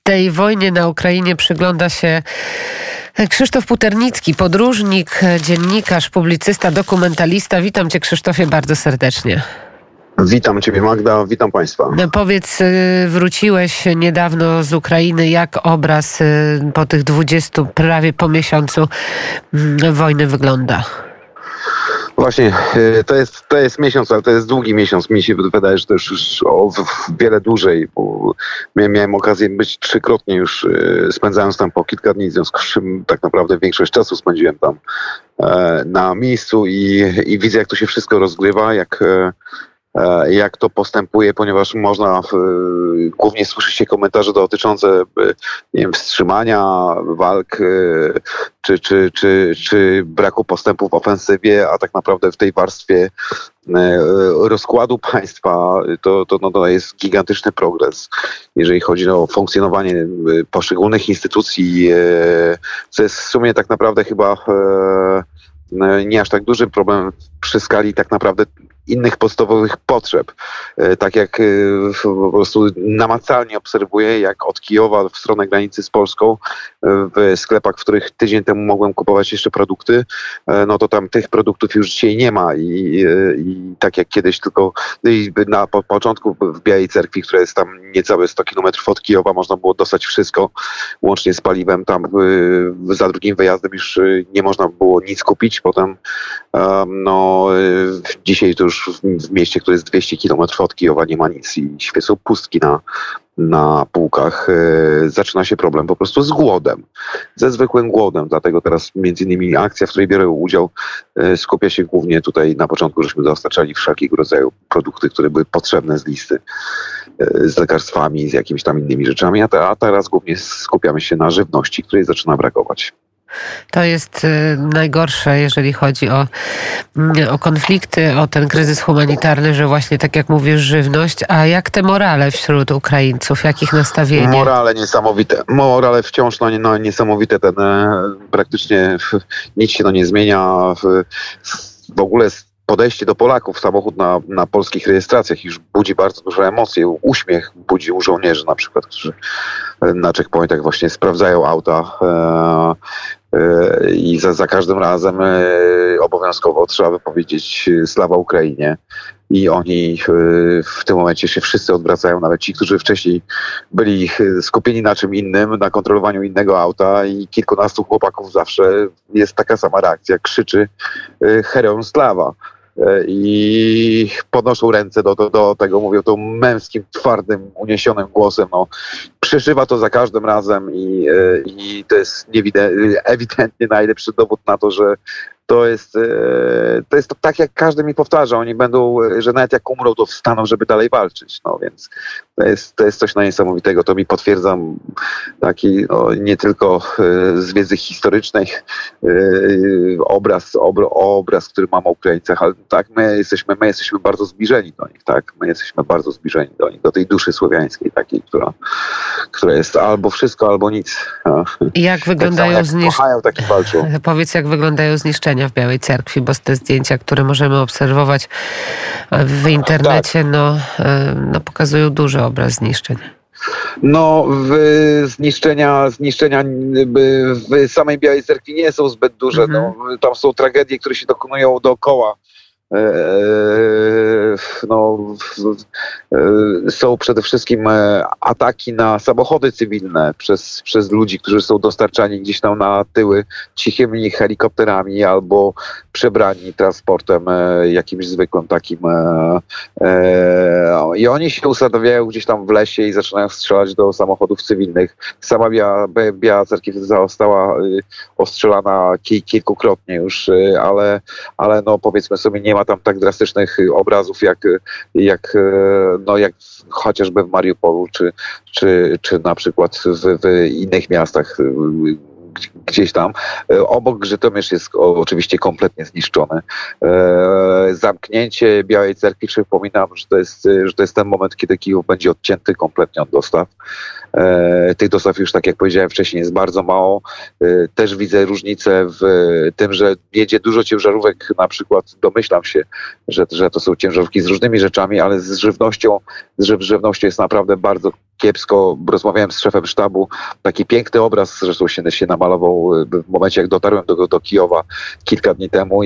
Tej wojnie na Ukrainie przygląda się Krzysztof Puternicki, podróżnik, dziennikarz, publicysta, dokumentalista. Witam cię, Krzysztofie, bardzo serdecznie. Witam ciebie, Magda, witam państwa. Powiedz, wróciłeś niedawno z Ukrainy. Jak obraz po tych 20, prawie po miesiącu wojny wygląda? Właśnie, to jest miesiąc, ale to jest długi miesiąc. Mi się wydaje, że to już o wiele dłużej, bo miałem okazję być trzykrotnie już, spędzając tam po kilka dni, w związku z czym tak naprawdę większość czasu spędziłem tam na miejscu i widzę, jak to się wszystko rozgrywa, jak to postępuje, ponieważ można głównie słyszy się komentarze dotyczące, nie wiem, wstrzymania walk czy braku postępu w ofensywie, a tak naprawdę w tej warstwie rozkładu państwa to jest gigantyczny progres, jeżeli chodzi o funkcjonowanie poszczególnych instytucji, co jest w sumie tak naprawdę chyba nie aż tak duży problem przy skali tak naprawdę innych podstawowych potrzeb. Tak jak po prostu namacalnie obserwuję, jak od Kijowa w stronę granicy z Polską w sklepach, w których tydzień temu mogłem kupować jeszcze produkty, no to tam tych produktów już dzisiaj nie ma i tak jak kiedyś tylko na początku w Białej Cerkwi, która jest tam niecałe 100 km od Kijowa, można było dostać wszystko, łącznie z paliwem. Tam za drugim wyjazdem już nie można było nic kupić. Potem dzisiaj to już w mieście, które jest 200 km od Kijowa, nie ma nic i świecą pustki na półkach. Zaczyna się problem po prostu z głodem, ze zwykłym głodem. Dlatego teraz między innymi akcja, w której biorę udział, skupia się głównie tutaj. Na początku żeśmy dostarczali wszelkiego rodzaju produkty, które były potrzebne z listy, z lekarstwami, z jakimiś tam innymi rzeczami, a teraz głównie skupiamy się na żywności, której zaczyna brakować. To jest najgorsze, jeżeli chodzi o konflikty, o ten kryzys humanitarny, że właśnie tak jak mówisz, żywność. A jak te morale wśród Ukraińców? Jakich nastawienie? Morale niesamowite. Morale wciąż niesamowite. Praktycznie nic się nie zmienia. W ogóle podejście do Polaków, samochód na polskich rejestracjach już budzi bardzo duże emocje. Uśmiech budzi u żołnierzy na przykład, którzy na checkpointach właśnie sprawdzają auta i za każdym razem obowiązkowo trzeba wypowiedzieć Sława Ukrainie. I oni w tym momencie się wszyscy odwracają, nawet ci, którzy wcześniej byli skupieni na czym innym, na kontrolowaniu innego auta, i kilkunastu chłopaków zawsze jest taka sama reakcja, krzyczy Heroń Sława. I podnoszą ręce do tego, mówią to męskim, twardym, uniesionym głosem. Przeżywa to za każdym razem i to jest ewidentnie najlepszy dowód na to, że to jest tak, jak każdy mi powtarza. Oni będą, że nawet jak umrą, to wstaną, żeby dalej walczyć. Więc to jest coś niesamowitego. To mi potwierdzam taki nie tylko z wiedzy historycznej obraz, który mam o Ukraińcach, ale tak, my jesteśmy bardzo zbliżeni do nich, tak? My jesteśmy bardzo zbliżeni do nich, do tej duszy słowiańskiej takiej, która jest albo wszystko, albo nic. Jak wyglądają kochają, tak i walczą. Powiedz, jak wyglądają zniszczenia w Białej Cerkwi, bo te zdjęcia, które możemy obserwować w internecie, tak, pokazują duży obraz zniszczeń. Zniszczenia w samej Białej Cerkwi nie są zbyt duże. Tam są tragedie, które się dokonują dookoła. Są przede wszystkim ataki na samochody cywilne przez ludzi, którzy są dostarczani gdzieś tam na tyły cichymi helikopterami albo przebrani transportem jakimś zwykłym takim. I oni się ustawiają gdzieś tam w lesie i zaczynają strzelać do samochodów cywilnych. Sama Biała Cerkiew została ostrzelana kilkukrotnie już, ale powiedzmy sobie, nie ma tam tak drastycznych obrazów jak chociażby w Mariupolu, czy na przykład w innych miastach, gdzieś tam. Obok Żytomierz jest oczywiście kompletnie zniszczony. Zamknięcie Białej Cerkwi, przypominam, że to jest ten moment, kiedy Kijów będzie odcięty kompletnie od dostaw. Tych dostaw już, tak jak powiedziałem wcześniej, jest bardzo mało. Też widzę różnicę w tym, że jedzie dużo ciężarówek, na przykład domyślam się, że to są ciężarówki z różnymi rzeczami, ale z żywnością jest naprawdę bardzo kiepsko. Rozmawiałem z szefem sztabu. Taki piękny obraz zresztą się namalował w momencie, jak dotarłem do Kijowa kilka dni temu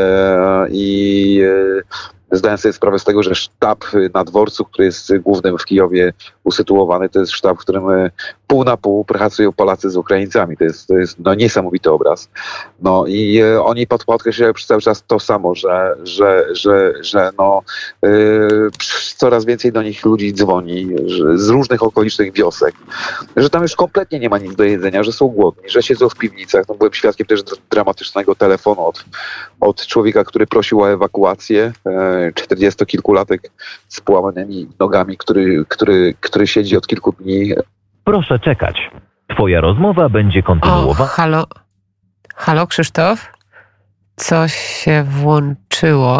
i zdałem sobie sprawę z tego, że sztab na dworcu, który jest głównym w Kijowie usytuowany, to jest sztab, w którym pół na pół pracują Polacy z Ukraińcami. To jest niesamowity obraz. No i oni podkreślają przez cały czas to samo, że coraz więcej do nich ludzi dzwoni z różnych okolicznych wiosek, że tam już kompletnie nie ma nic do jedzenia, że są głodni, że siedzą w piwnicach. No, byłem świadkiem też dramatycznego telefonu od człowieka, który prosił o ewakuację, 40-kilkulatek z połamanymi nogami, który siedzi od kilku dni. Proszę czekać. Twoja rozmowa będzie kontynuowana. Halo Krzysztof? Coś się włączyło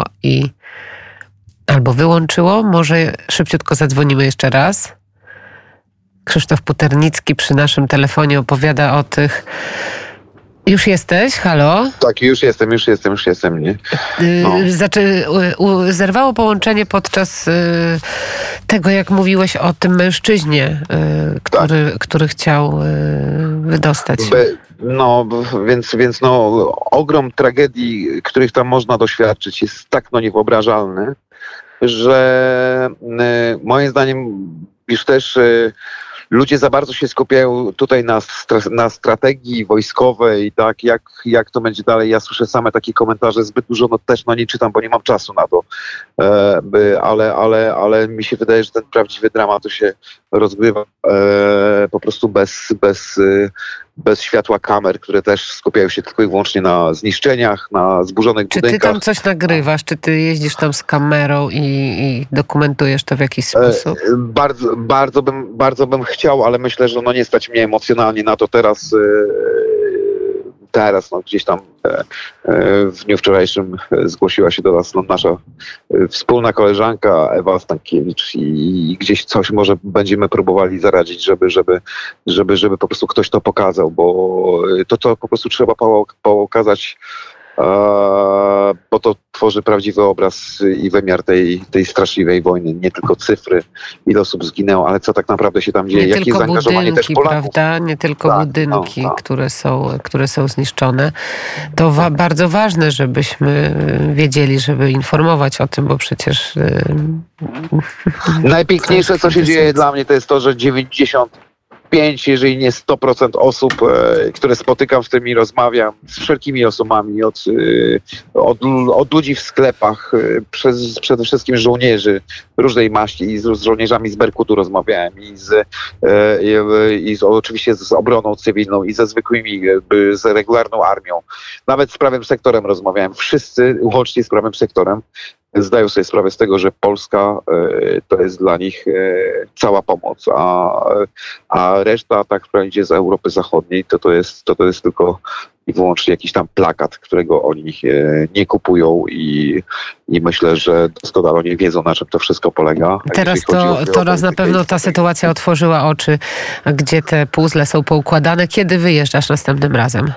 albo wyłączyło. Może szybciutko zadzwonimy jeszcze raz. Krzysztof Puternicki przy naszym telefonie opowiada o tych... Już jesteś? Halo? Tak, już jestem, nie? No. Zerwało połączenie podczas tego, jak mówiłeś o tym mężczyźnie, który chciał wydostać się. Więc ogrom tragedii, których tam można doświadczyć, jest tak niewyobrażalny, że moim zdaniem już też ludzie za bardzo się skupiają tutaj na strategii wojskowej, tak, jak to będzie dalej. Ja słyszę same takie komentarze, zbyt dużo też nie czytam, bo nie mam czasu na to. Ale mi się wydaje, że ten prawdziwy dramat to się rozgrywa po prostu bez światła kamer, które też skupiają się tylko i wyłącznie na zniszczeniach, na zburzonych budynkach. Czy ty tam coś nagrywasz? Czy ty jeździsz tam z kamerą i dokumentujesz to w jakiś sposób? Bardzo bym chciał, ale myślę, że nie stać mnie emocjonalnie na to teraz. Gdzieś tam w dniu wczorajszym zgłosiła się do nas nasza wspólna koleżanka Ewa Stankiewicz i gdzieś coś może będziemy próbowali zaradzić, żeby po prostu ktoś to pokazał, bo to po prostu trzeba pokazać, bo to tworzy prawdziwy obraz i wymiar tej straszliwej wojny. Nie tylko cyfry, ile osób zginęło, ale co tak naprawdę się tam dzieje. Jakie jest zaangażowanie też Polaków. Prawda? Nie tylko budynki, które są zniszczone. To bardzo ważne, żebyśmy wiedzieli, żeby informować o tym, bo przecież... Najpiękniejsze, co się dzieje dla mnie, to jest to, że 95, jeżeli nie 100% osób, które spotykam, z którymi rozmawiam, z wszelkimi osobami, od ludzi w sklepach, przede wszystkim żołnierzy różnej maści, i z żołnierzami z Berkutu rozmawiałem, oczywiście z obroną cywilną, i ze zwykłymi, z regularną armią. Nawet z prawym sektorem rozmawiałem. Wszyscy, łącznie z prawym sektorem, zdają sobie sprawę z tego, że Polska to jest dla nich cała pomoc, a reszta, tak idzie z Europy Zachodniej, to jest tylko i wyłącznie jakiś tam plakat, którego oni nie kupują i myślę, że doskonale nie wiedzą, na czym to wszystko polega. Teraz to raz na pewno ta sytuacja otworzyła oczy, gdzie te puzzle są poukładane. Kiedy wyjeżdżasz następnym razem?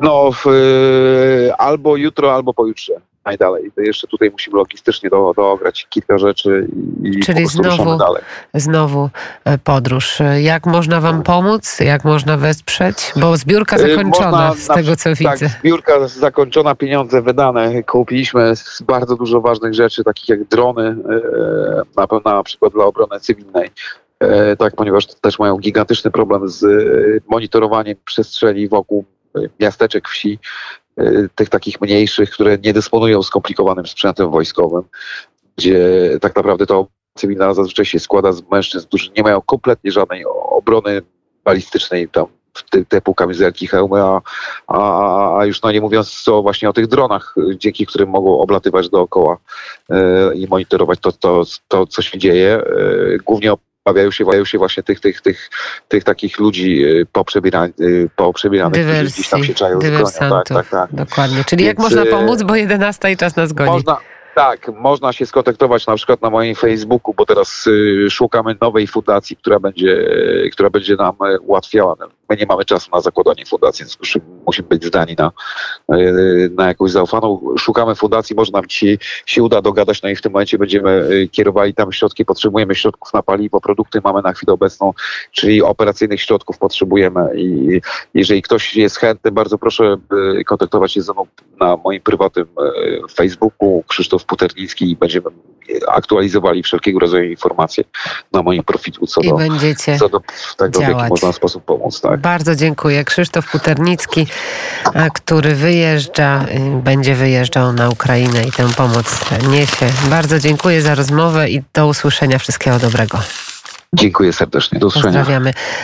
Albo jutro, albo pojutrze. Najdalej. To jeszcze tutaj musimy logistycznie doograć kilka rzeczy i czyli po prostu ruszamy dalej. Znowu podróż. Jak można wam pomóc? Jak można wesprzeć? Bo zbiórka zakończona, z tego co widzę. Tak, zbiórka zakończona, pieniądze wydane. Kupiliśmy bardzo dużo ważnych rzeczy, takich jak drony, na przykład dla obrony cywilnej. Tak, ponieważ też mają gigantyczny problem z monitorowaniem przestrzeni wokół miasteczek, wsi, tych takich mniejszych, które nie dysponują skomplikowanym sprzętem wojskowym, gdzie tak naprawdę to cywilna zazwyczaj się składa z mężczyzn, którzy nie mają kompletnie żadnej obrony balistycznej, tam typu kamizelki, hełmy, a już nie mówiąc właśnie o tych dronach, dzięki którym mogą oblatywać dookoła i monitorować to co się dzieje. Głównie obawiają się właśnie tych takich ludzi poprzebiranych, którzy gdzieś tam się czają. Dywersantów. Tak. Dokładnie. Czyli Więc, jak można pomóc, bo 11 i czas nas goni. Można się skontaktować na przykład na moim Facebooku, bo teraz szukamy nowej fundacji, która będzie nam ułatwiała. My nie mamy czasu na zakładanie fundacji, więc musimy być zdani na jakąś zaufaną. Szukamy fundacji, może nam dzisiaj się uda dogadać, no i w tym momencie będziemy kierowali tam środki. Potrzebujemy środków na paliwo, produkty mamy na chwilę obecną, czyli operacyjnych środków potrzebujemy i jeżeli ktoś jest chętny, bardzo proszę kontaktować się ze mną na moim prywatnym Facebooku, Krzysztof Puternicki, i będziemy aktualizowali wszelkiego rodzaju informacje na moim profilu co do tego, w jaki można sposób pomóc. Tak. Bardzo dziękuję. Krzysztof Puternicki, który będzie wyjeżdżał na Ukrainę i tę pomoc niesie. Bardzo dziękuję za rozmowę i do usłyszenia. Wszystkiego dobrego. Dziękuję serdecznie. Do usłyszenia. Pozdrawiamy.